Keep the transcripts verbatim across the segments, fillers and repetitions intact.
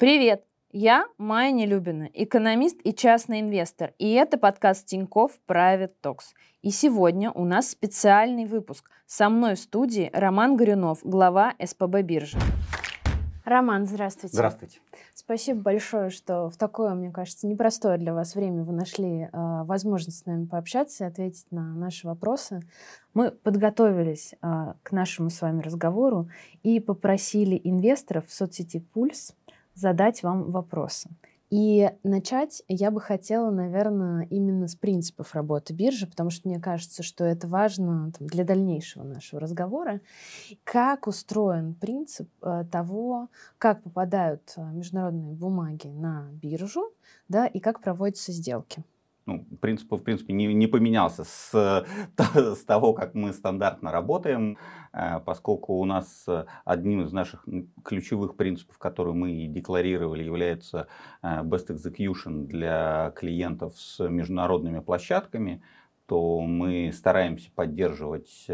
Привет! Я Майя Нелюбина, экономист и частный инвестор, и это подкаст Тинькофф Private Talks. И сегодня у нас специальный выпуск. Со мной в студии Роман Горюнов, глава эс пэ бэ биржи. Роман, здравствуйте. Здравствуйте. Спасибо большое, что в такое, мне кажется, непростое для вас время вы нашли э, возможность с нами пообщаться и ответить на наши вопросы. Мы подготовились э, к нашему с вами разговору и попросили инвесторов в соцсети «Пульс» задать вам вопросы. И начать я бы хотела, наверное, именно с принципов работы биржи, потому что мне кажется, что это важно там, для дальнейшего нашего разговора. Как устроен принцип э, того, как попадают э, международные бумаги на биржу, да, и как проводятся сделки? Ну, принцип, в принципе, не, не поменялся с, с того, как мы стандартно работаем, поскольку у нас одним из наших ключевых принципов, которые мы декларировали, является best execution для клиентов с международными площадками, то мы стараемся поддерживать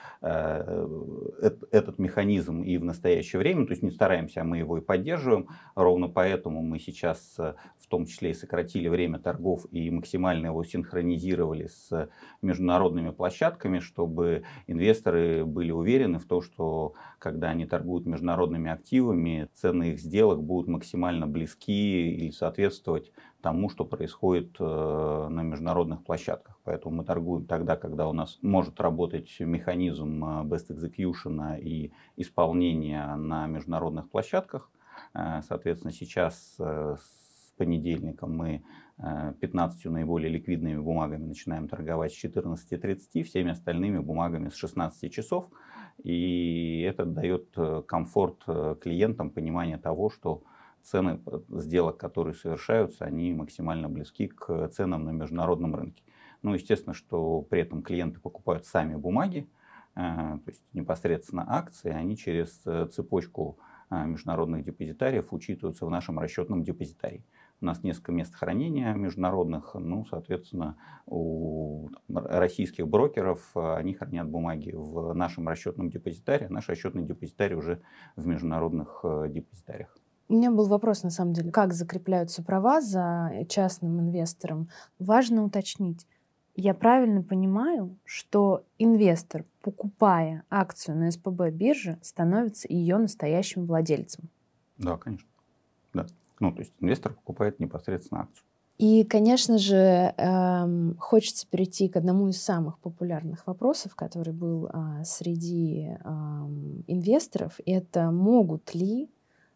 этот механизм и в настоящее время, то есть не стараемся, а мы его и поддерживаем. Ровно поэтому мы сейчас в том числе и сократили время торгов и максимально его синхронизировали с международными площадками, чтобы инвесторы были уверены в том, что когда они торгуют международными активами, цены их сделок будут максимально близки или соответствовать тому, что происходит на международных площадках. Поэтому мы торгуем тогда, когда у нас может работать механизм best execution и исполнения на международных площадках. Соответственно, сейчас с понедельника мы пятнадцатью наиболее ликвидными бумагами начинаем торговать с четырнадцати тридцати, всеми остальными бумагами с шестнадцати часов. И это дает комфорт клиентам, понимание того, что цены сделок, которые совершаются, они максимально близки к ценам на международном рынке. Ну, естественно, что при этом клиенты покупают сами бумаги, то есть непосредственно акции, они через цепочку международных депозитариев учитываются в нашем расчетном депозитарии. У нас несколько мест хранения международных, ну, соответственно, у российских брокеров они хранят бумаги в нашем расчетном депозитарии, а наш расчетный депозитарий уже в международных депозитариях. У меня был вопрос, на самом деле, как закрепляются права за частным инвестором. Важно уточнить. Я правильно понимаю, что инвестор, покупая акцию на эс пэ бэ бирже, становится ее настоящим владельцем? Да, конечно. Да. Ну, то есть инвестор покупает непосредственно акцию. И, конечно же, эм, хочется перейти к одному из самых популярных вопросов, который был э, среди эм, инвесторов. Это могут ли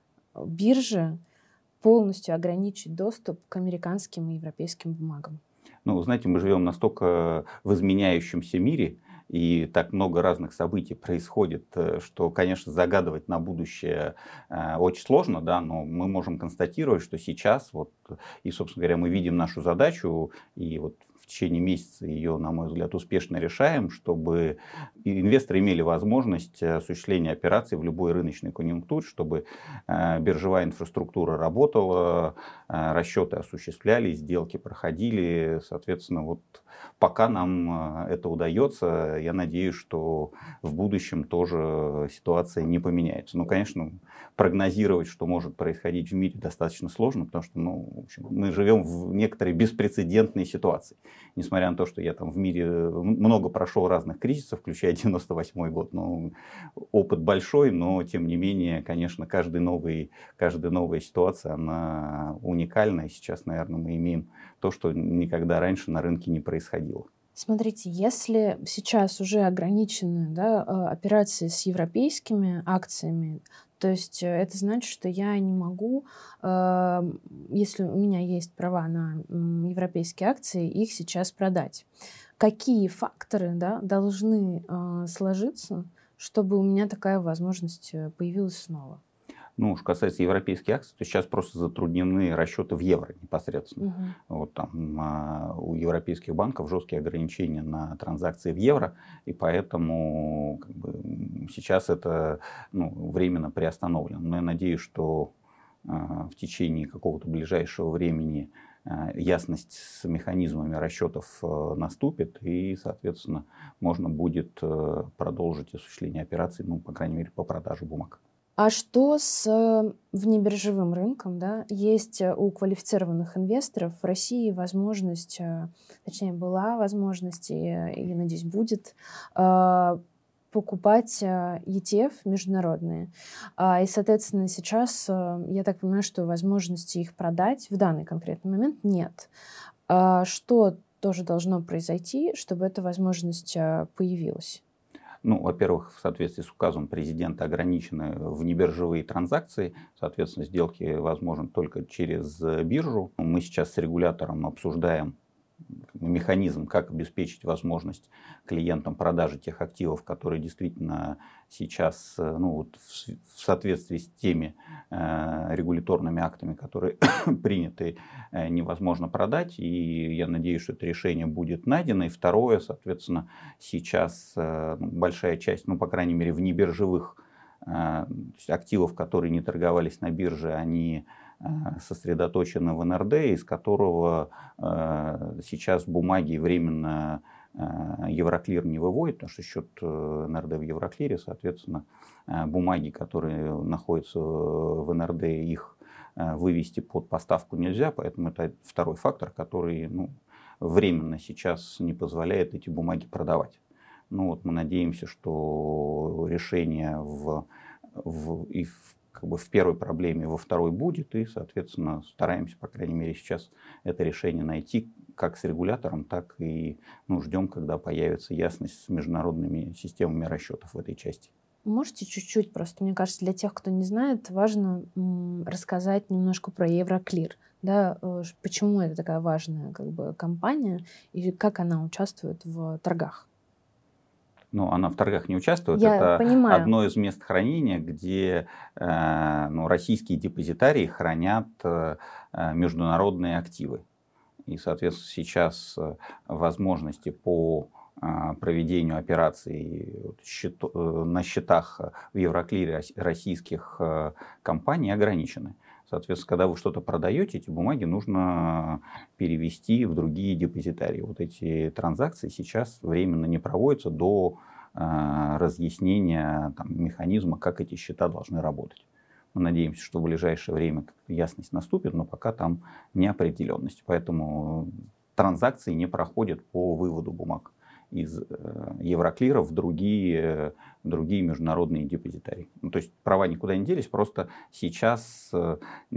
биржи полностью ограничить доступ к американским и европейским бумагам? Ну, знаете, мы живем настолько в изменяющемся мире, и так много разных событий происходит, что, конечно, загадывать на будущее э, очень сложно, да, но мы можем констатировать, что сейчас, вот, и, собственно говоря, мы видим нашу задачу, и вот в течение месяца ее, на мой взгляд, успешно решаем, чтобы инвесторы имели возможность осуществления операций в любой рыночной конъюнктуре, чтобы э, биржевая инфраструктура работала, э, расчеты осуществлялись, сделки проходили, соответственно, вот пока нам это удается, я надеюсь, что в будущем тоже ситуация не поменяется. Ну, конечно, прогнозировать, что может происходить в мире, достаточно сложно, потому что, ну, в общем, мы живем в некоторой беспрецедентной ситуации. Несмотря на то, что я там в мире много прошел разных кризисов, включая девяносто восьмой год, ну, опыт большой, но тем не менее, конечно, каждый новый, каждая новая ситуация, она уникальна. И сейчас, наверное, мы имеем то, что никогда раньше на рынке не происходило. Смотрите, если сейчас уже ограничены, да, операции с европейскими акциями, то есть это значит, что я не могу, если у меня есть права на европейские акции, их сейчас продать. Какие факторы, да, должны сложиться, чтобы у меня такая возможность появилась снова? Ну, что касается европейских акций, то сейчас просто затруднены расчеты в евро непосредственно. Угу. Вот там а, у европейских банков жесткие ограничения на транзакции в евро, и поэтому как бы, сейчас это ну, временно приостановлено. Но я надеюсь, что а, в течение какого-то ближайшего времени а, ясность с механизмами расчетов а, наступит, и, соответственно, можно будет а, продолжить осуществление операций, ну, по крайней мере, по продаже бумаг. А что с э, внебиржевым рынком, да? Есть э, у квалифицированных инвесторов в России возможность, э, точнее, была возможность, и, э, и, надеюсь, будет, а, покупать а, и ти эф международные. А, и, соответственно, сейчас, а, я так понимаю, что возможности их продать в данный конкретный момент нет. А, что тоже должно произойти, чтобы эта возможность а, появилась? Ну, во-первых, в соответствии с указом президента ограничены внебиржевые транзакции. Соответственно, сделки возможны только через биржу. Мы сейчас с регулятором обсуждаем механизм, как обеспечить возможность клиентам продажи тех активов, которые действительно сейчас, ну, вот в, в соответствии с теми э, регуляторными актами, которые приняты, э, невозможно продать. И я надеюсь, что это решение будет найдено. И второе, соответственно, сейчас э, большая часть, ну, по крайней мере, внебиржевых э, активов, которые не торговались на бирже, они сосредоточены в эн эр дэ, из которого э, сейчас бумаги временно э, Евроклир не выводит, потому что счет эн эр дэ в Евроклире, соответственно, э, бумаги, которые находятся в эн эр дэ, их э, вывести под поставку нельзя, поэтому это второй фактор, который, ну, временно сейчас не позволяет эти бумаги продавать. Ну вот мы надеемся, что решение в, в, и в как бы в первой проблеме, во второй будет, и, соответственно, стараемся, по крайней мере, сейчас это решение найти как с регулятором, так и, ну, ждем, когда появится ясность с международными системами расчетов в этой части. Можете чуть-чуть, просто, мне кажется, для тех, кто не знает, важно м, рассказать немножко про Евроклир. Да, э, ш- почему это такая важная, как бы, компания и как она участвует в торгах? Ну, она в торгах не участвует. Я Это понимаю. одно из мест хранения, где э, ну, российские депозитарии хранят э, э, международные активы. И, соответственно, сейчас э, возможности по э, проведению операций вот, счет- э, на счетах в Евроклире рос- российских э, компаний ограничены. Соответственно, когда вы что-то продаете, эти бумаги нужно перевести в другие депозитарии. Вот эти транзакции сейчас временно не проводятся до э, разъяснения там, механизма, как эти счета должны работать. Мы надеемся, что в ближайшее время ясность наступит, но пока там неопределенность. Поэтому транзакции не проходят по выводу бумаг из э, Евроклира в другие, другие международные депозитарии. Ну, то есть права никуда не делись, просто сейчас э,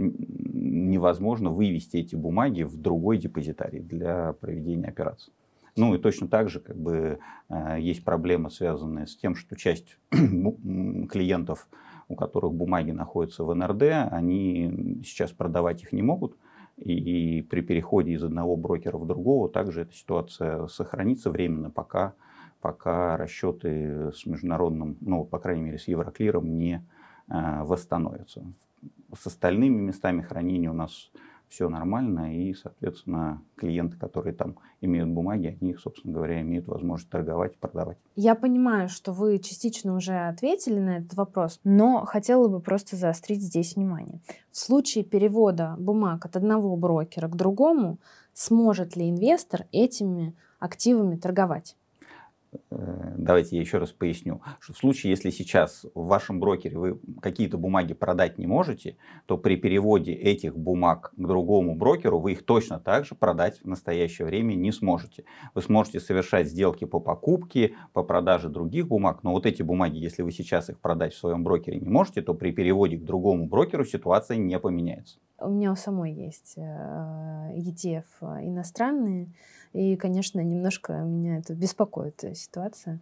невозможно вывести эти бумаги в другой депозитарий для проведения операций. Ну и точно так же как бы, э, есть проблемы, связанные с тем, что часть клиентов, у которых бумаги находятся в эн эр дэ, они сейчас продавать их не могут. И, и при переходе из одного брокера в другого также эта ситуация сохранится временно, пока, пока расчеты с международным, ну, по крайней мере, с Евроклиром не э, восстановятся. С остальными местами хранения у нас все нормально, и, соответственно, клиенты, которые там имеют бумаги, они их, собственно говоря, имеют возможность торговать и продавать. Я понимаю, что вы частично уже ответили на этот вопрос, но хотела бы просто заострить здесь внимание. В случае перевода бумаг от одного брокера к другому, сможет ли инвестор этими активами торговать? Давайте я еще раз поясню, что в случае, если сейчас в вашем брокере вы какие-то бумаги продать не можете, то при переводе этих бумаг к другому брокеру вы их точно так же продать в настоящее время не сможете. Вы сможете совершать сделки по покупке, по продаже других бумаг, но вот эти бумаги, если вы сейчас их продать в своем брокере не можете, то при переводе к другому брокеру ситуация не поменяется. У меня у самой есть и ти эф иностранные, и, конечно, немножко меня это беспокоит ситуация.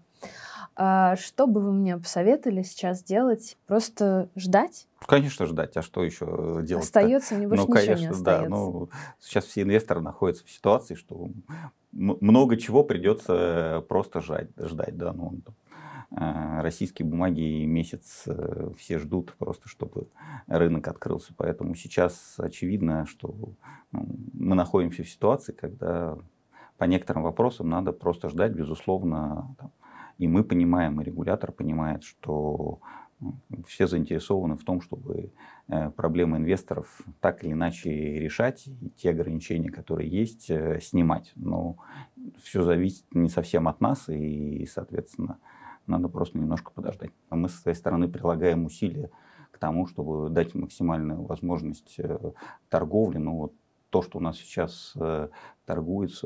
А что бы вы мне посоветовали сейчас делать? Просто ждать? Конечно, ждать. А что еще делать? Остается, мне больше Ну, ничего не конечно, да. остается. Ну, сейчас все инвесторы находятся в ситуации, что м- много чего придется просто ждать. ждать да. Ну, там, э, российские бумаги месяц э, все ждут просто, чтобы рынок открылся. Поэтому сейчас очевидно, что ну, мы находимся в ситуации, когда по некоторым вопросам надо просто ждать, безусловно. Там, и мы понимаем, и регулятор понимает, что ну, все заинтересованы в том, чтобы э, проблемы инвесторов так или иначе решать, и те ограничения, которые есть, э, снимать. Но все зависит не совсем от нас, и, соответственно, надо просто немножко подождать. А мы со своей стороны прилагаем усилия к тому, чтобы дать максимальную возможность торговли. Ну, вот то, что у нас сейчас торгуется,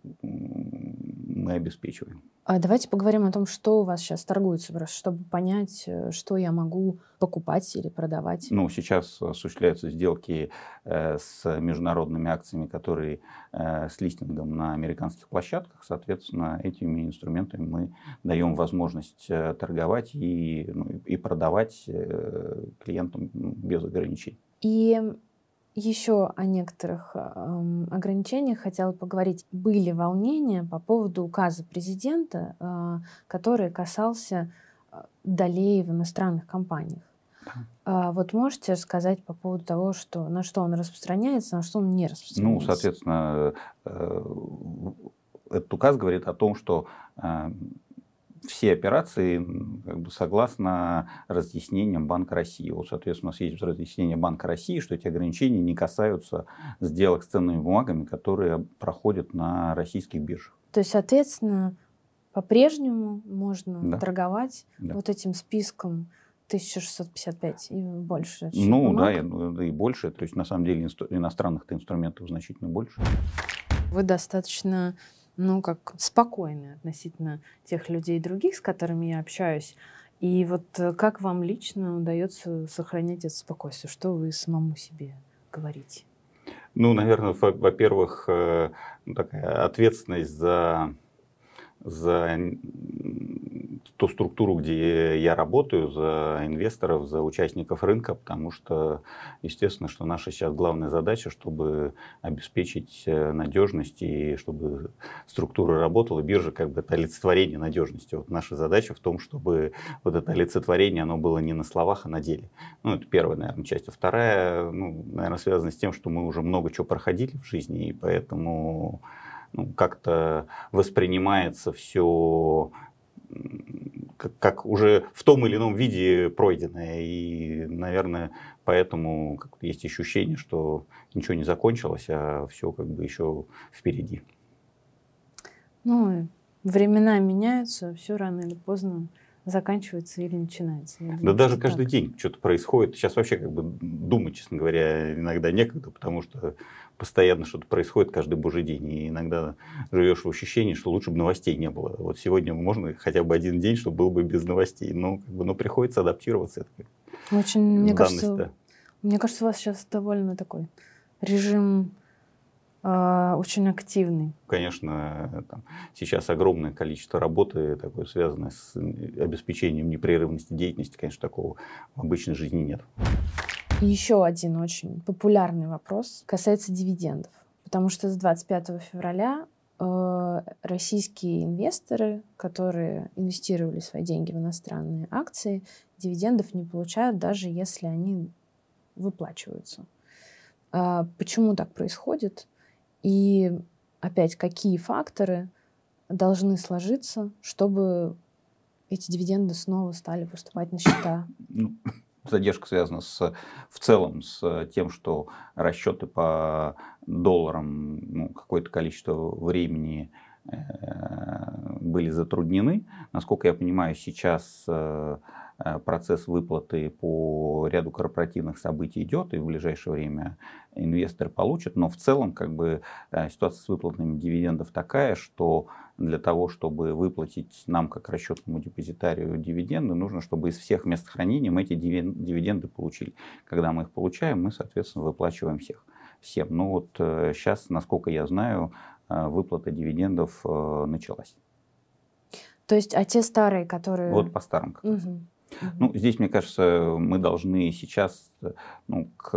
мы обеспечиваем. А давайте поговорим о том, что у вас сейчас торгуется, просто чтобы понять, что я могу покупать или продавать. Ну, сейчас осуществляются сделки э, с международными акциями, которые э, с листингом на американских площадках. Соответственно, этими инструментами мы даем возможность э, торговать и, ну, и продавать э, клиентам без ограничений. И еще о некоторых э, ограничениях хотела поговорить. Были волнения по поводу указа президента, э, который касался долей в иностранных компаниях. А вот можете рассказать по поводу того, что, на что он распространяется, на что он не распространяется? Ну, соответственно, э, этот указ говорит о том, что э, все операции как бы, согласно разъяснениям Банка России. Вот, соответственно, у нас есть разъяснение Банка России, что эти ограничения не касаются сделок с ценными бумагами, которые проходят на российских биржах. То есть, соответственно, по-прежнему можно Да. торговать Да. вот этим списком тысяча шестьсот пятьдесят пять и больше. Ну бумаг. да, и, и больше. То есть, на самом деле, иностранных инструментов значительно больше. Вы достаточно... ну, как спокойны относительно тех людей других, с которыми я общаюсь. И вот как вам лично удается сохранять это спокойствие? Что вы самому себе говорите? Ну, наверное, во-первых, такая ответственность за, за ту структуру, где я работаю, за инвесторов, за участников рынка, потому что, естественно, что наша сейчас главная задача, чтобы обеспечить надежность и чтобы структура работала, биржа как бы это олицетворение надежности. Вот наша задача в том, чтобы вот это олицетворение, оно было не на словах, а на деле. Ну, это первая, наверное, часть. А вторая, ну, наверное, связана с тем, что мы уже много чего проходили в жизни, и поэтому ну, как-то воспринимается все Как, как уже в том или ином виде пройденное. И, наверное, поэтому как есть ощущение, что ничего не закончилось, а все как бы еще впереди. Ну, времена меняются, все рано или поздно заканчивается или начинается. Я Да думаю, даже что каждый так. день что-то происходит. Сейчас вообще как бы думать, честно говоря, иногда некогда, потому что постоянно что-то происходит каждый божий день. И иногда живешь в ощущении, что лучше бы новостей не было. Вот сегодня можно хотя бы один день, чтобы был бы без новостей. Но, как бы, но приходится адаптироваться. Это как Очень, мне данность, кажется, да. мне кажется, у вас сейчас довольно такой режим э, очень активный. Конечно, там, сейчас огромное количество работы, такое, связанное с обеспечением непрерывности деятельности. Конечно, такого в обычной жизни нет. И еще один очень популярный вопрос касается дивидендов. Потому что с двадцать пятого февраля э, российские инвесторы, которые инвестировали свои деньги в иностранные акции, дивидендов не получают, даже если они выплачиваются. А почему так происходит? И опять, какие факторы должны сложиться, чтобы эти дивиденды снова стали поступать на счета? Ну, задержка связана с, в целом с тем, что расчеты по долларам ну, какое-то количество времени э, были затруднены. Насколько я понимаю, сейчас э, процесс выплаты по ряду корпоративных событий идет, и в ближайшее время инвесторы получат. Но в целом как бы, ситуация с выплатами дивидендов такая, что для того, чтобы выплатить нам, как расчетному депозитарию, дивиденды, нужно, чтобы из всех мест хранения мы эти дивиденды получили. Когда мы их получаем, мы, соответственно, выплачиваем всех, всем. Но вот сейчас, насколько я знаю, выплата дивидендов началась. То есть, а те старые, которые... Вот по старым как раз. Угу. Ну, здесь, мне кажется, мы должны сейчас ну, к,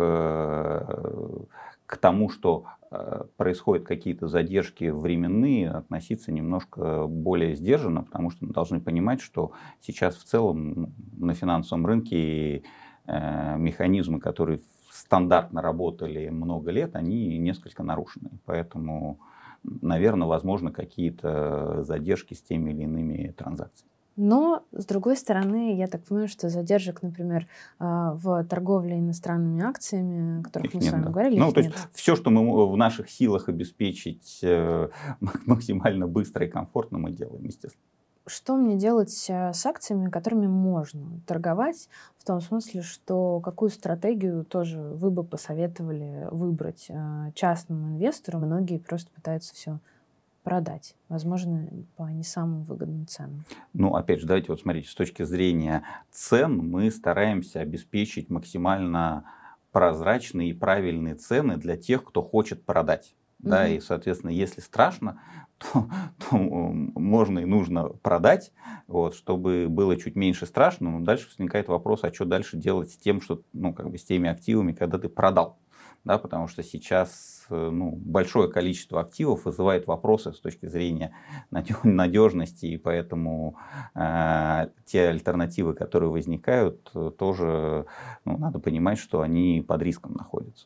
к тому, что происходят какие-то задержки временные, относиться немножко более сдержанно, потому что мы должны понимать, что сейчас в целом на финансовом рынке механизмы, которые стандартно работали много лет, они несколько нарушены. Поэтому, наверное, возможно какие-то задержки с теми или иными транзакциями. Но, с другой стороны, я так понимаю, что задержек, например, в торговле иностранными акциями, о которых Их мы нет, с вами да. говорили, Ну, их то нет. есть все, что мы в наших силах обеспечить максимально быстро и комфортно, мы делаем, естественно. Что мне делать э, с акциями, которыми можно торговать? В том смысле, что какую стратегию тоже вы бы посоветовали выбрать э, частному инвестору? Многие просто пытаются все продать, возможно, по не самым выгодным ценам. Ну, опять же, давайте вот смотрите, с точки зрения цен мы стараемся обеспечить максимально прозрачные и правильные цены для тех, кто хочет продать. Да, Мгм. и, соответственно, если страшно, то, то м, можно и нужно продать, вот, чтобы было чуть меньше страшно. Но дальше возникает вопрос, а что дальше делать с тем, что, ну, как бы с теми активами, когда ты продал. Да, потому что сейчас э, ну, большое количество активов вызывает вопросы с точки зрения надё- надежности, и поэтому э, те альтернативы, которые возникают, э, тоже ну, надо понимать, что они под риском находятся.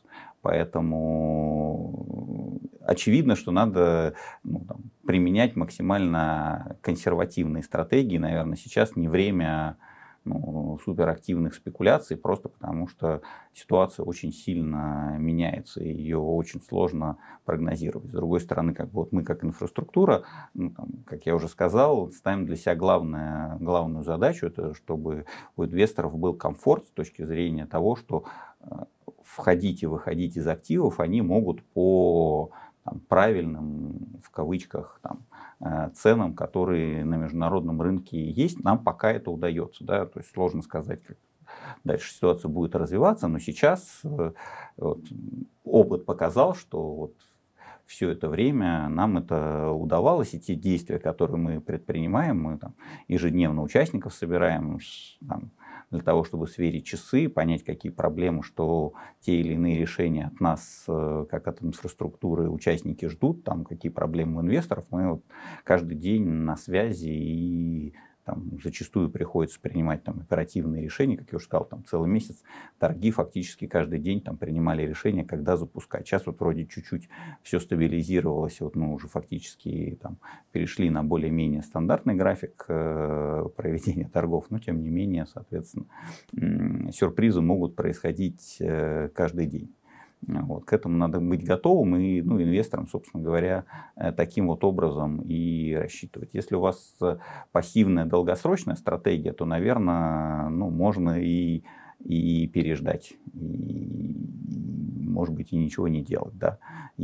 Поэтому очевидно, что надо ну, там, применять максимально консервативные стратегии. Наверное, сейчас не время ну, суперактивных спекуляций, просто потому что ситуация очень сильно меняется, и ее очень сложно прогнозировать. С другой стороны, как бы вот мы как инфраструктура, ну, там, как я уже сказал, ставим для себя главное, главную задачу, это чтобы у инвесторов был комфорт с точки зрения того, что э, входить и выходить из активов они могут по там, правильным, в кавычках, там, э, ценам, которые на международном рынке есть. Нам пока это удается. Да? То есть сложно сказать, как дальше ситуация будет развиваться, но сейчас э, вот, опыт показал, что вот все это время нам это удавалось, и те действия, которые мы предпринимаем, мы там, ежедневно участников собираем с- там, для того, чтобы сверить часы, понять, какие проблемы, что те или иные решения от нас, э, как от инфраструктуры, участники ждут, там, какие проблемы у инвесторов, мы вот каждый день на связи и там, зачастую приходится принимать там, оперативные решения, как я уже сказал, там, целый месяц торги фактически каждый день там, принимали решение, когда запускать. Сейчас вот вроде чуть-чуть все стабилизировалось, вот мы уже фактически там, перешли на более-менее стандартный график э, проведения торгов, но тем не менее, соответственно, м, сюрпризы могут происходить э, каждый день. Вот, к этому надо быть готовым и ну, инвесторам, собственно говоря, э, таким вот образом и рассчитывать. Если у вас э, пассивная долгосрочная стратегия, то, наверное, ну, можно и, и переждать, и, может быть, и ничего не делать. Да.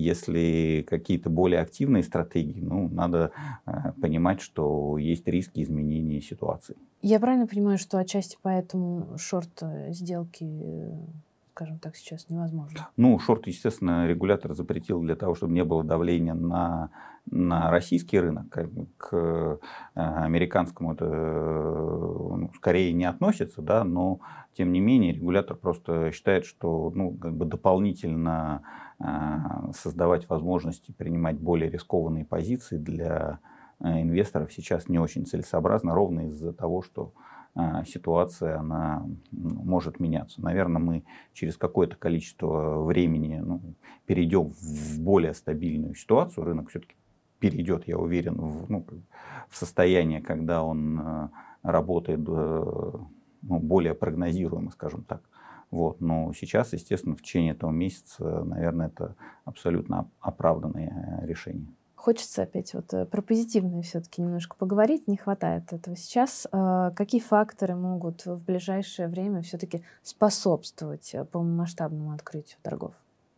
Если какие-то более активные стратегии, ну, надо э, понимать, что есть риски изменения ситуации. Я правильно понимаю, что отчасти поэтому шорт э, сделки, э, скажем так, сейчас невозможно? Ну, шорт, естественно, регулятор запретил для того, чтобы не было давления на, на российский рынок. Как бы к э, американскому это э, ну, скорее не относится, да, но тем не менее регулятор просто считает, что ну, как бы дополнительно э, создавать возможности принимать более рискованные позиции для э, инвесторов сейчас не очень целесообразно, ровно из-за того, что а, ситуация она ну, может меняться. Наверное, мы через какое-то количество времени ну, перейдем в более стабильную ситуацию. Рынок все-таки перейдет, я уверен, в, ну, в состояние, когда он э, работает э, ну, более прогнозируемо, скажем так. Вот. Но сейчас, естественно, в течение этого месяца, наверное, это абсолютно оправданное решение. Хочется опять вот э, про позитивное все-таки немножко поговорить. Не хватает этого сейчас. А, Какие факторы могут в ближайшее время все-таки способствовать э, полномасштабному открытию торгов?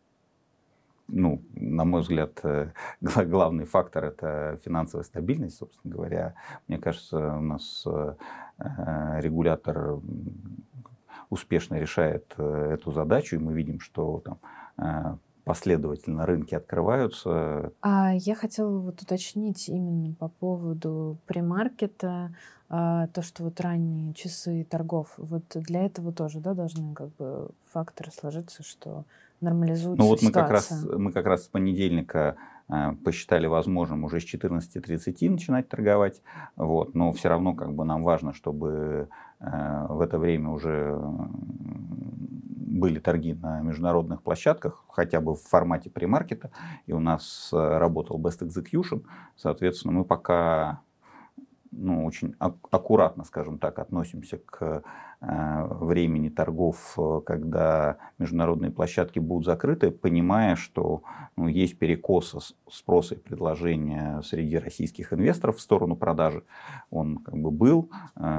Ну, на мой взгляд, э, гла- главный фактор это финансовая стабильность, собственно говоря. Мне кажется, у нас э, э, регулятор м, успешно решает э, эту задачу, и мы видим, что там э, последовательно рынки открываются. А я хотела вот уточнить именно по поводу премаркета, а, то, что вот ранние часы торгов, вот для этого тоже, да, должны как бы факторы сложиться, что Ну нормализуется вот мы как раз, ситуация. мы как раз с понедельника э, посчитали возможным уже с четырнадцати тридцати начинать торговать, вот, но все равно как бы нам важно, чтобы э, в это время уже м, были торги на международных площадках, хотя бы в формате премаркета, и у нас э, работал Best Execution, соответственно, мы пока ну, очень ак- аккуратно, скажем так, относимся к времени торгов, когда международные площадки будут закрыты, понимая, что ну, есть перекос спроса и предложения среди российских инвесторов в сторону продажи. Он как бы был,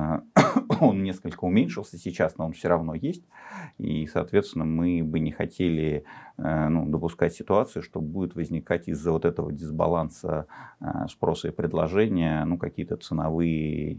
он несколько уменьшился сейчас, но он все равно есть. И, соответственно, мы бы не хотели ну, допускать ситуацию, что будет возникать из-за вот этого дисбаланса спроса и предложения ну, какие-то ценовые,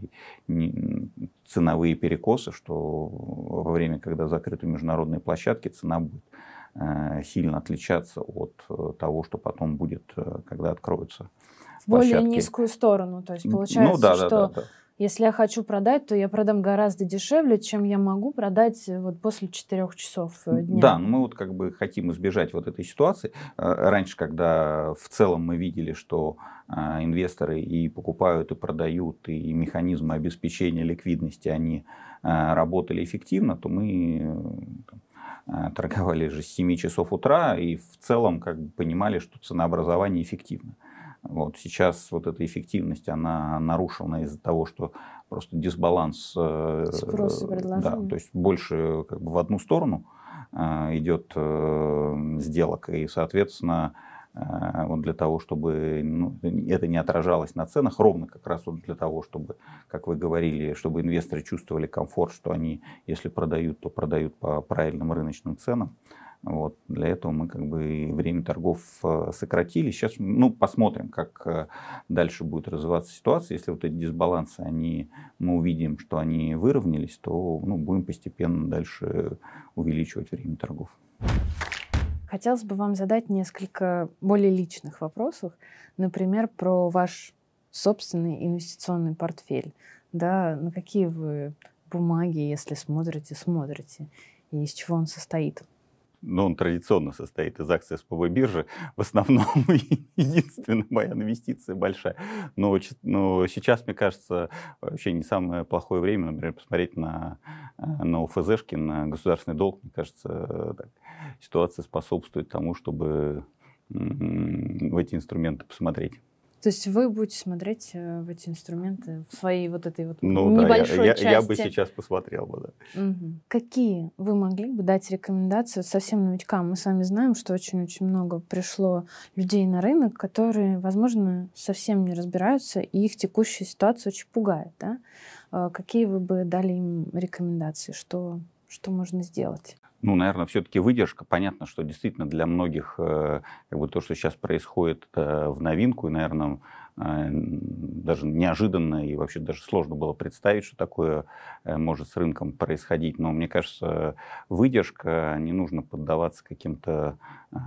ценовые перекосы, что во время, когда закрыты международные площадки, цена будет сильно отличаться от того, что потом будет, когда откроются в более площадки. низкую сторону. То есть получается, ну, да, что да, да, да. если я хочу продать, то я продам гораздо дешевле, чем я могу продать вот после четырёх часов дня. Да, но мы вот как бы хотим избежать вот этой ситуации. Раньше, когда в целом мы видели, что инвесторы и покупают, и продают, и механизмы обеспечения ликвидности, они работали эффективно, то мы торговали же с семи часов утра и в целом как бы понимали, что ценообразование эффективно. Вот сейчас вот эта эффективность, она нарушена из-за того, что просто дисбаланс спроса и предложения. Да, то есть больше как бы в одну сторону идет сделок, и, соответственно, вот для того, чтобы ну, это не отражалось на ценах, ровно как раз вот для того, чтобы, как вы говорили, чтобы инвесторы чувствовали комфорт, что они, если продают, то продают по правильным рыночным ценам. Вот. Для этого мы как бы время торгов сократили. Сейчас ну, посмотрим, как дальше будет развиваться ситуация. Если вот эти дисбалансы, они, мы увидим, что они выровнялись, то ну, будем постепенно дальше увеличивать время торгов. Хотелось бы вам задать несколько более личных вопросов, например, про ваш собственный инвестиционный портфель. Да, на какие вы бумаги, если смотрите, смотрите, и из чего он состоит? Но он традиционно состоит из акций СПБ биржи. В основном единственная моя инвестиция большая. Но, но сейчас, мне кажется, вообще не самое плохое время, например, посмотреть на, на ОФЗшки, на государственный долг. Мне кажется, так, ситуация способствует тому, чтобы в эти инструменты посмотреть. То есть вы будете смотреть в эти инструменты в своей вот этой вот ну, небольшой да, я, части? Я, я бы сейчас посмотрел бы, да. Угу. Какие вы могли бы дать рекомендации совсем новичкам? Мы с вами знаем, что очень-очень много пришло людей на рынок, которые, возможно, совсем не разбираются, и их текущая ситуация очень пугает. Да? Какие вы бы дали им рекомендации? Что, что можно сделать? Ну, наверное, все-таки выдержка. Понятно, что действительно для многих как бы, то, что сейчас происходит в новинку, и, наверное, даже неожиданно и вообще даже сложно было представить, что такое может с рынком происходить. Но мне кажется, выдержка, не нужно поддаваться каким-то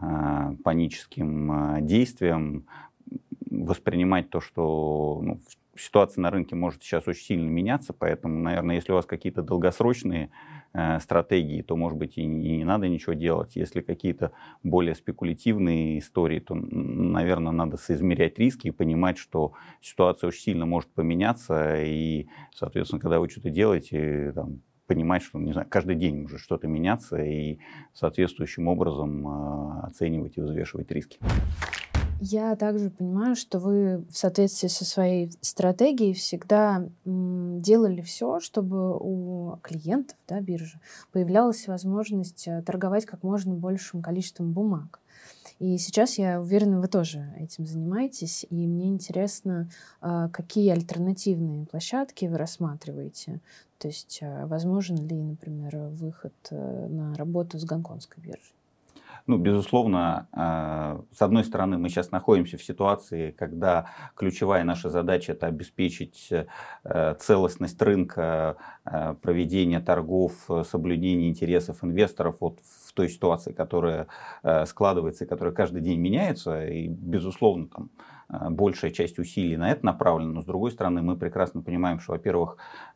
паническим действиям, воспринимать то, что ну, ситуация на рынке может сейчас очень сильно меняться, поэтому, наверное, если у вас какие-то долгосрочные э, стратегии, то, может быть, и не, и не надо ничего делать. Если какие-то более спекулятивные истории, то, наверное, надо соизмерять риски и понимать, что ситуация очень сильно может поменяться, и, соответственно, когда вы что-то делаете, там, понимать, что, не знаю, каждый день может что-то меняться, и соответствующим образом э, оценивать и взвешивать риски. Я также понимаю, что вы в соответствии со своей стратегией всегда м, делали все, чтобы у клиентов, да, биржи появлялась возможность торговать как можно большим количеством бумаг. И сейчас, я уверена, вы тоже этим занимаетесь, и мне интересно, какие альтернативные площадки вы рассматриваете. То есть возможен ли, например, выход на работу с гонконгской биржей? Ну, безусловно, с одной стороны, мы сейчас находимся в ситуации, когда ключевая наша задача – это обеспечить целостность рынка, проведение торгов, соблюдение интересов инвесторов вот в той ситуации, которая складывается и которая каждый день меняется. И, безусловно, там большая часть усилий на это направлена. Но, с другой стороны, мы прекрасно понимаем, что, во-первых,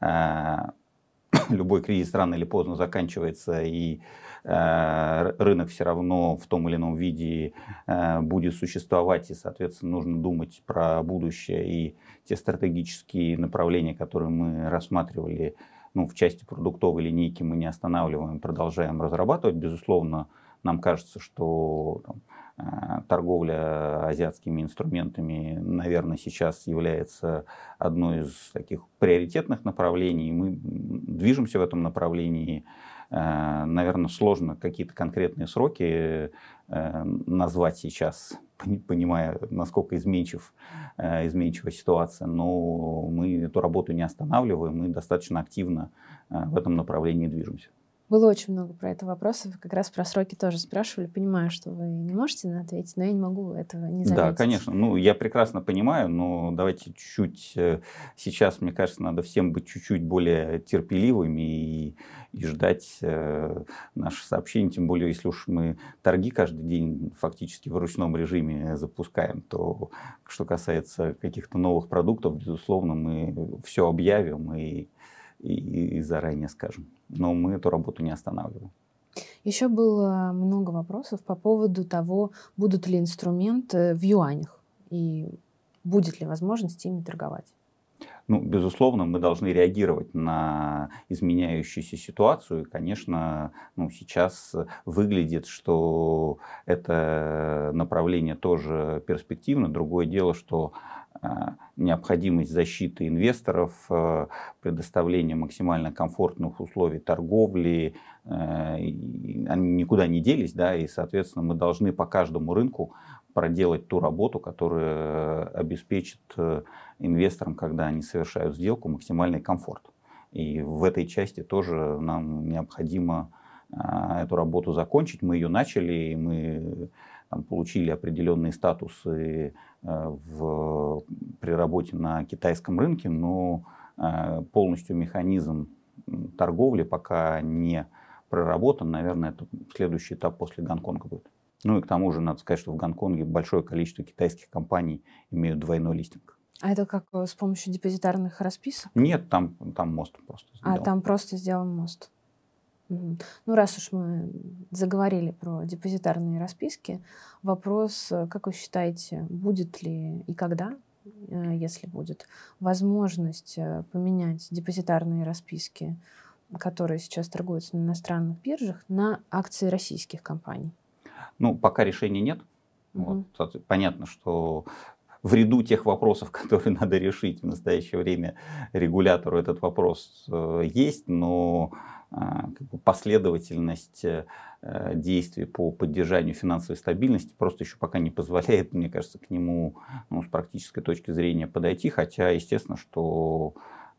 любой кризис рано или поздно заканчивается, и э, рынок все равно в том или ином виде э, будет существовать, и, соответственно, нужно думать про будущее и те стратегические направления, которые мы рассматривали, ну, в части продуктовой линейки, мы не останавливаем, продолжаем разрабатывать. Безусловно, нам кажется, что там, торговля азиатскими инструментами, наверное, сейчас является одной из таких приоритетных направлений. Мы движемся в этом направлении. Наверное, сложно какие-то конкретные сроки назвать сейчас, понимая, насколько изменчив, изменчива ситуация. Но мы эту работу не останавливаем, мы достаточно активно в этом направлении движемся. Было очень много про это вопросов. Как раз про сроки тоже спрашивали. Понимаю, что вы не можете на это ответить, но я не могу этого не заметить. Да, конечно. Ну, я прекрасно понимаю, но давайте чуть-чуть... Сейчас, мне кажется, надо всем быть чуть-чуть более терпеливыми и, и ждать э, наши сообщения. Тем более, если уж мы торги каждый день фактически в ручном режиме запускаем, то что касается каких-то новых продуктов, безусловно, мы все объявим и, и, и заранее скажем. Но мы эту работу не останавливаем. Еще было много вопросов по поводу того, будут ли инструменты в юанях и будет ли возможность ими торговать. Ну, безусловно, мы должны реагировать на изменяющуюся ситуацию. И, конечно, ну, сейчас выглядит, что это направление тоже перспективно. Другое дело, что необходимость защиты инвесторов, предоставления максимально комфортных условий торговли, они никуда не делись, да, и, соответственно, мы должны по каждому рынку проделать ту работу, которая обеспечит инвесторам, когда они совершают сделку, максимальный комфорт. И в этой части тоже нам необходимо эту работу закончить. Мы ее начали, мы там, получили определенные статусы в, при работе на китайском рынке, но полностью механизм торговли пока не проработан. Наверное, это следующий этап после Гонконга будет. Ну и к тому же надо сказать, что в Гонконге большое количество китайских компаний имеют двойной листинг. А это как с помощью депозитарных расписок? Нет, там, там мост просто сделан. А там просто сделан мост. Угу. Ну, раз уж мы заговорили про депозитарные расписки, вопрос, как вы считаете, будет ли и когда, если будет, возможность поменять депозитарные расписки, которые сейчас торгуются на иностранных биржах, на акции российских компаний? Ну, пока решения нет. Угу. Вот, понятно, что в ряду тех вопросов, которые надо решить в настоящее время, регулятору этот вопрос есть, но как бы, последовательность действий по поддержанию финансовой стабильности просто еще пока не позволяет, мне кажется, к нему ну, с практической точки зрения подойти, хотя, естественно, что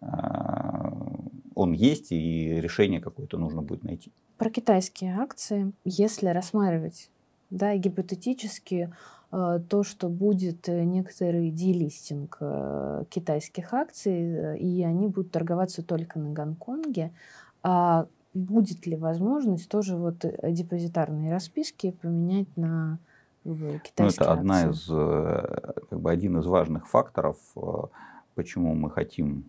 он есть и решение какое-то нужно будет найти. Про китайские акции, если рассматривать, да, гипотетически то, что будет некоторый делистинг китайских акций, и они будут торговаться только на Гонконге, а будет ли возможность тоже вот депозитарные расписки поменять на китайские ну, это одна акции? из, как бы один из важных факторов, почему мы хотим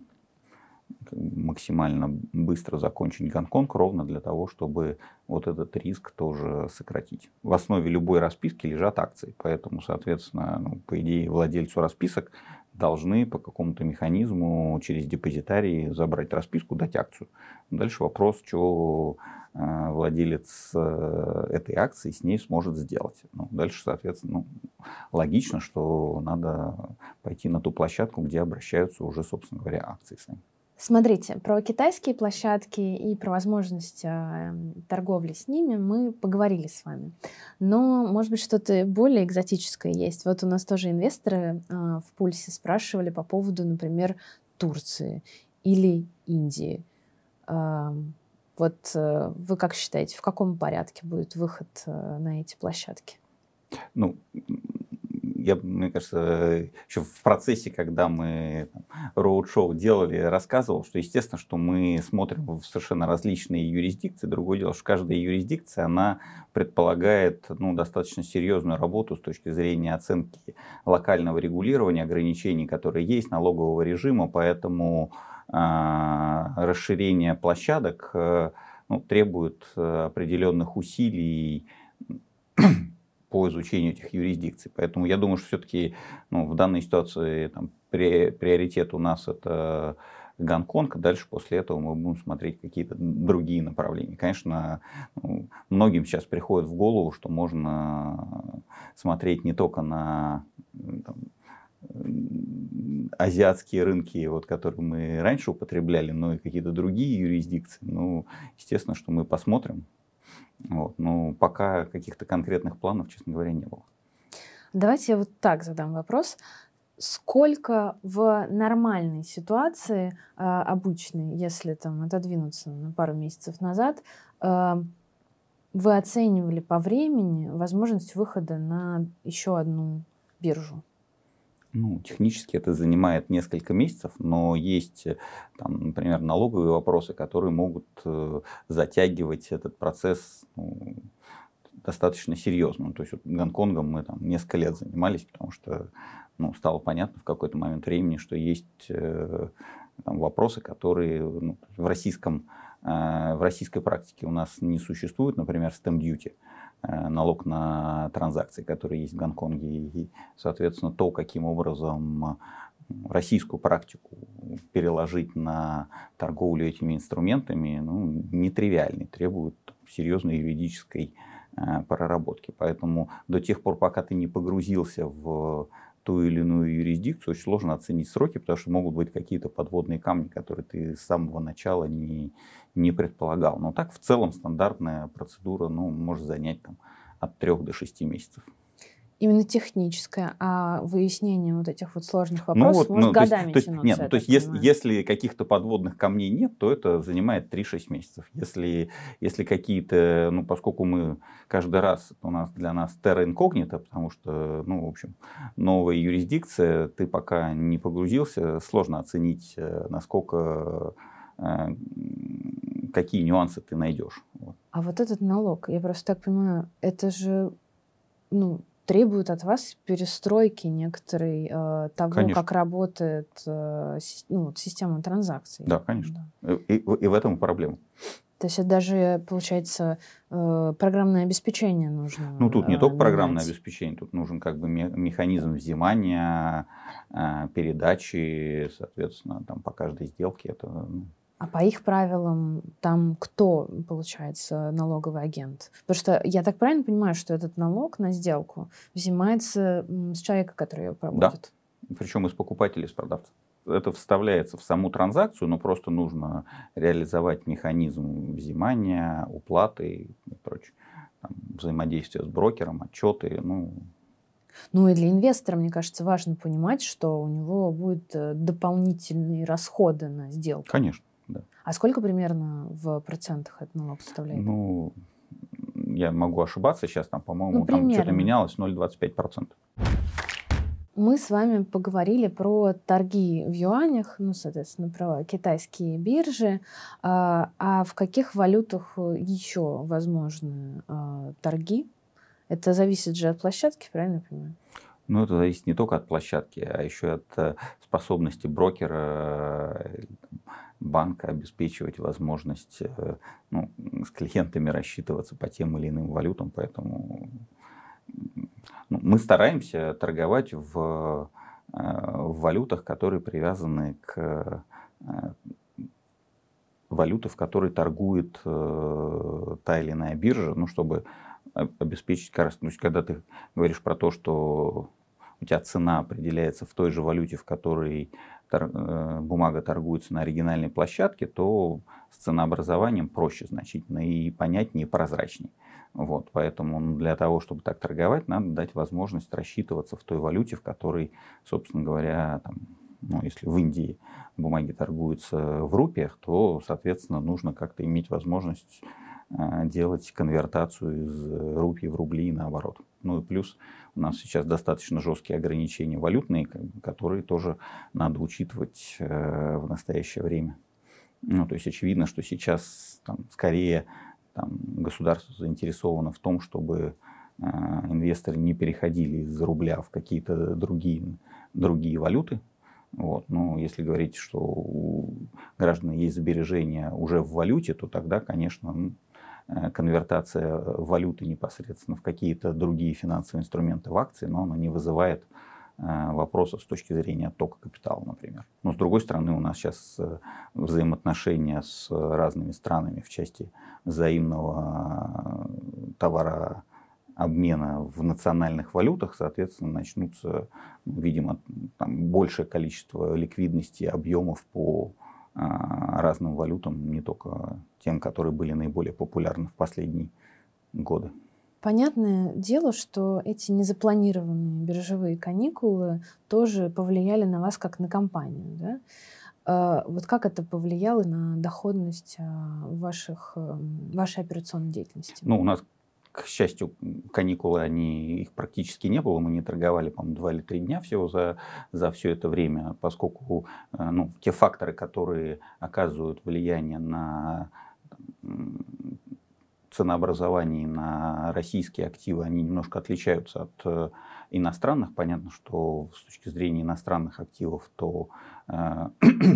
максимально быстро закончить Гонконг, ровно для того, чтобы вот этот риск тоже сократить. В основе любой расписки лежат акции, поэтому, соответственно, ну, по идее, владельцу расписок должны по какому-то механизму через депозитарий забрать расписку, дать акцию. Дальше вопрос, что владелец этой акции с ней сможет сделать. Ну, дальше, соответственно, ну, логично, что надо пойти на ту площадку, где обращаются уже, собственно говоря, акции сами. Смотрите, про китайские площадки и про возможность э, торговли с ними мы поговорили с вами. Но, может быть, что-то более экзотическое есть. Вот у нас тоже инвесторы э, в пульсе спрашивали по поводу, например, Турции или Индии. Э, вот э, вы как считаете, в каком порядке будет выход э, на эти площадки? Ну, я, мне кажется, еще в процессе, когда мы роуд-шоу делали, рассказывал, что естественно, что мы смотрим в совершенно различные юрисдикции. Другое дело, что каждая юрисдикция, она предполагает ну, достаточно серьезную работу с точки зрения оценки локального регулирования, ограничений, которые есть, налогового режима. Поэтому э, расширение площадок э, ну, требует определенных усилий по изучению этих юрисдикций. Поэтому я думаю, что все-таки ну, в данной ситуации там, при, приоритет у нас это Гонконг, дальше после этого мы будем смотреть какие-то другие направления. Конечно, ну, многим сейчас приходит в голову, что можно смотреть не только на там, азиатские рынки, вот, которые мы раньше употребляли, но и какие-то другие юрисдикции. Ну, естественно, что мы посмотрим. Вот. Но пока каких-то конкретных планов, честно говоря, не было. Давайте я вот так задам вопрос. Сколько в нормальной ситуации, э, обычной, если там отодвинуться на пару месяцев назад, э, вы оценивали по времени возможность выхода на еще одну биржу? Ну, технически это занимает несколько месяцев, но есть, там, например, налоговые вопросы, которые могут э, затягивать этот процесс, ну, достаточно серьезно. То есть вот Гонконгом мы там несколько лет занимались, потому что, ну, стало понятно в какой-то момент времени, что есть э, там, вопросы, которые, ну, в российском э, в российской практике у нас не существует, например, stamp duty, э, налог на транзакции, который есть в Гонконге, и, соответственно, то, каким образом российскую практику переложить на торговлю этими инструментами, ну, нетривиальный, требует серьезной юридической э, проработки. Поэтому до тех пор, пока ты не погрузился в ту или иную юрисдикцию, очень сложно оценить сроки, потому что могут быть какие-то подводные камни, которые ты с самого начала не, не предполагал. Но так в целом стандартная процедура, ну, может занять там, от трех до шести месяцев. Именно техническое, а выяснение вот этих вот сложных Ну, вопросов вот, может ну, то есть, годами то есть, тянуться. нет, я ну, то есть так если, понимаю. если каких-то подводных камней нет, то это занимает три-шесть месяцев. Если, если какие-то, ну, поскольку мы каждый раз, у нас для нас терра инкогнита, потому что, ну, в общем, новая юрисдикция, ты пока не погрузился, сложно оценить, э, насколько, э, какие нюансы ты найдешь. Вот. А вот этот налог, я просто так понимаю, это же, ну, требует от вас перестройки некоторой э, того, Конечно. как работает э, си- ну, вот система транзакций. Да, конечно. Да. И, и- и в этом проблема. То есть это даже, получается, э, программное обеспечение нужно Ну, тут не э, только программное менять. обеспечение, тут нужен как бы ме- механизм взимания, э, передачи, соответственно, там по каждой сделке это, ну, А по их правилам там кто, получается, налоговый агент? Потому что я так правильно понимаю, что этот налог на сделку взимается м, с человека, который ее да, проводит? причем из покупателей, из продавцев. Это вставляется в саму транзакцию, но просто нужно реализовать механизм взимания, уплаты и прочее. Там, взаимодействие с брокером, отчеты, ну, Ну и для инвестора, мне кажется, важно понимать, что у него будут э, дополнительные расходы на сделку. конечно, да. А сколько примерно в процентах этот налог составляет? Ну, я могу ошибаться сейчас, там, по-моему, Ну, там что-то примерно. менялось ноль целых двадцать пять сотых процента. Мы с вами поговорили про торги в юанях, ну, соответственно, про китайские биржи. А, а в каких валютах еще возможны а, торги? Это зависит же от площадки, правильно я понимаю? Ну, это зависит не только от площадки, а еще от э, способности брокера, э, или, там, банка обеспечивать возможность, э, ну, с клиентами рассчитываться по тем или иным валютам. Поэтому м, ну, мы стараемся торговать в, э, в валютах, которые привязаны к э, валюте, в которой торгует э, та или иная биржа, ну, чтобы об- обеспечить как раз, ну, то есть, когда ты говоришь про то, что у тебя цена определяется в той же валюте, в которой тор- э, бумага торгуется на оригинальной площадке, то с ценообразованием проще значительно и понятнее, и прозрачнее. Вот, поэтому ну, для того, чтобы так торговать, надо дать возможность рассчитываться в той валюте, в которой, собственно говоря, там, ну, если в Индии бумаги торгуются в рупиях, то, соответственно, нужно как-то иметь возможность э, делать конвертацию из рупий в рубли и наоборот. Ну и плюс у нас сейчас достаточно жесткие ограничения валютные, как бы, которые тоже надо учитывать э, в настоящее время. Ну, то есть очевидно, что сейчас там, скорее там, государство заинтересовано в том, чтобы э, инвесторы не переходили из рубля в какие-то другие, другие валюты. Вот. Но если говорить, что у граждан есть сбережения уже в валюте, то тогда, конечно, ну, э, конвертация валюты непосредственно в какие-то другие финансовые инструменты, в акции, но она не вызывает вопросов с точки зрения оттока капитала, например. Но с другой стороны, у нас сейчас взаимоотношения с разными странами в части взаимного товарообмена в национальных валютах, соответственно, начнутся, видимо, там большее количество ликвидности, объемов по разным валютам, не только тем, которые были наиболее популярны в последние годы. Понятное дело, что эти незапланированные биржевые каникулы тоже повлияли на вас как на компанию, да? А вот как это повлияло на доходность ваших, вашей операционной деятельности? Ну, у нас, к счастью, каникулы, они, их практически не было. Мы не торговали, по-моему, два или три дня всего за, за все это время, поскольку ну, те факторы, которые оказывают влияние на ценообразование, на российские активы, они немножко отличаются от иностранных. Понятно, что с точки зрения иностранных активов, то э,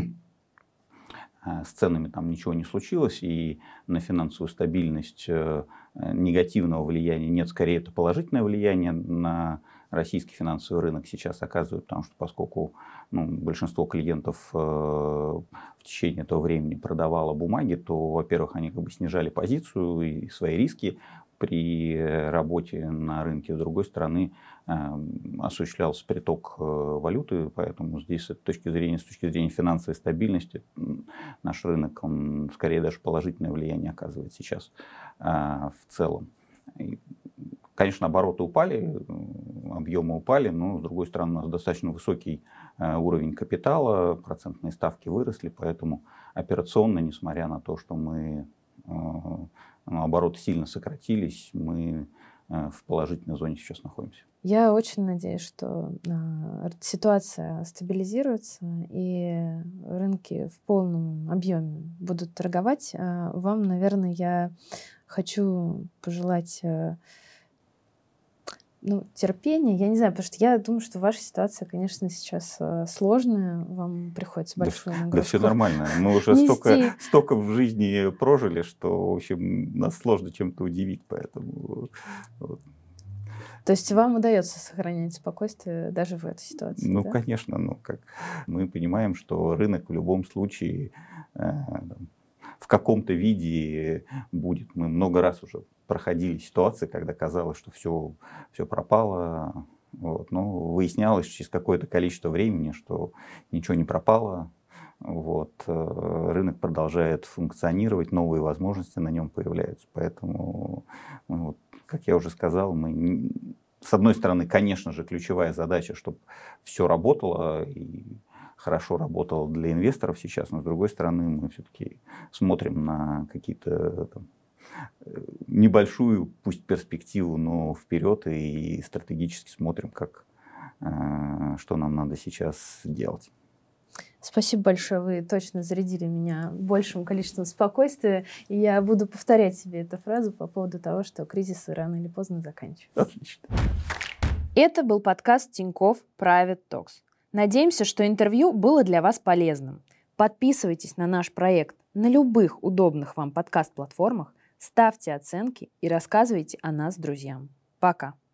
с ценами там ничего не случилось, и на финансовую стабильность э, негативного влияния нет, скорее это положительное влияние на российский финансовый рынок сейчас оказывает, потому что поскольку ну, большинство клиентов э, в течение этого времени продавало бумаги, то, во-первых, они как бы снижали позицию и свои риски при работе на рынке, с другой стороны, э, осуществлялся приток э, валюты, поэтому здесь с точки зрения, с точки зрения финансовой стабильности наш рынок, он скорее даже положительное влияние оказывает сейчас э, в целом. И, конечно, обороты упали, объемы упали, но, с другой стороны, у нас достаточно высокий уровень капитала, процентные ставки выросли, поэтому операционно, несмотря на то, что мы, обороты сильно сократились, мы в положительной зоне сейчас находимся. Я очень надеюсь, что ситуация стабилизируется и рынки в полном объеме будут торговать. Вам, наверное, я хочу пожелать ну, терпения, я не знаю, потому что я думаю, что ваша ситуация, конечно, сейчас сложная, вам приходится большую да, нагрузку. Да все нормально, мы уже столько, столько в жизни прожили, что, в общем, нас сложно чем-то удивить, поэтому... Вот. То есть вам удается сохранять спокойствие даже в этой ситуации? Ну, да? конечно, ну, как мы понимаем, что рынок в любом случае э, в каком-то виде будет. Мы много раз уже проходили ситуации, когда казалось, что все, все пропало. Вот. Но выяснялось через какое-то количество времени, что ничего не пропало. Вот. Рынок продолжает функционировать, новые возможности на нем появляются. Поэтому, вот, как я уже сказал, мы не... с одной стороны, конечно же, ключевая задача, чтобы все работало и хорошо работало для инвесторов сейчас, но с другой стороны, мы все-таки смотрим на какие-то там, небольшую, пусть перспективу, но вперед и стратегически смотрим, как, что нам надо сейчас делать. Спасибо большое, вы точно зарядили меня большим количеством спокойствия, и я буду повторять себе эту фразу по поводу того, что кризисы рано или поздно заканчиваются. Отлично. Это был подкаст Тинькофф Private Talks. Надеемся, что интервью было для вас полезным. Подписывайтесь на наш проект на любых удобных вам подкаст-платформах, ставьте оценки и рассказывайте о нас друзьям. Пока!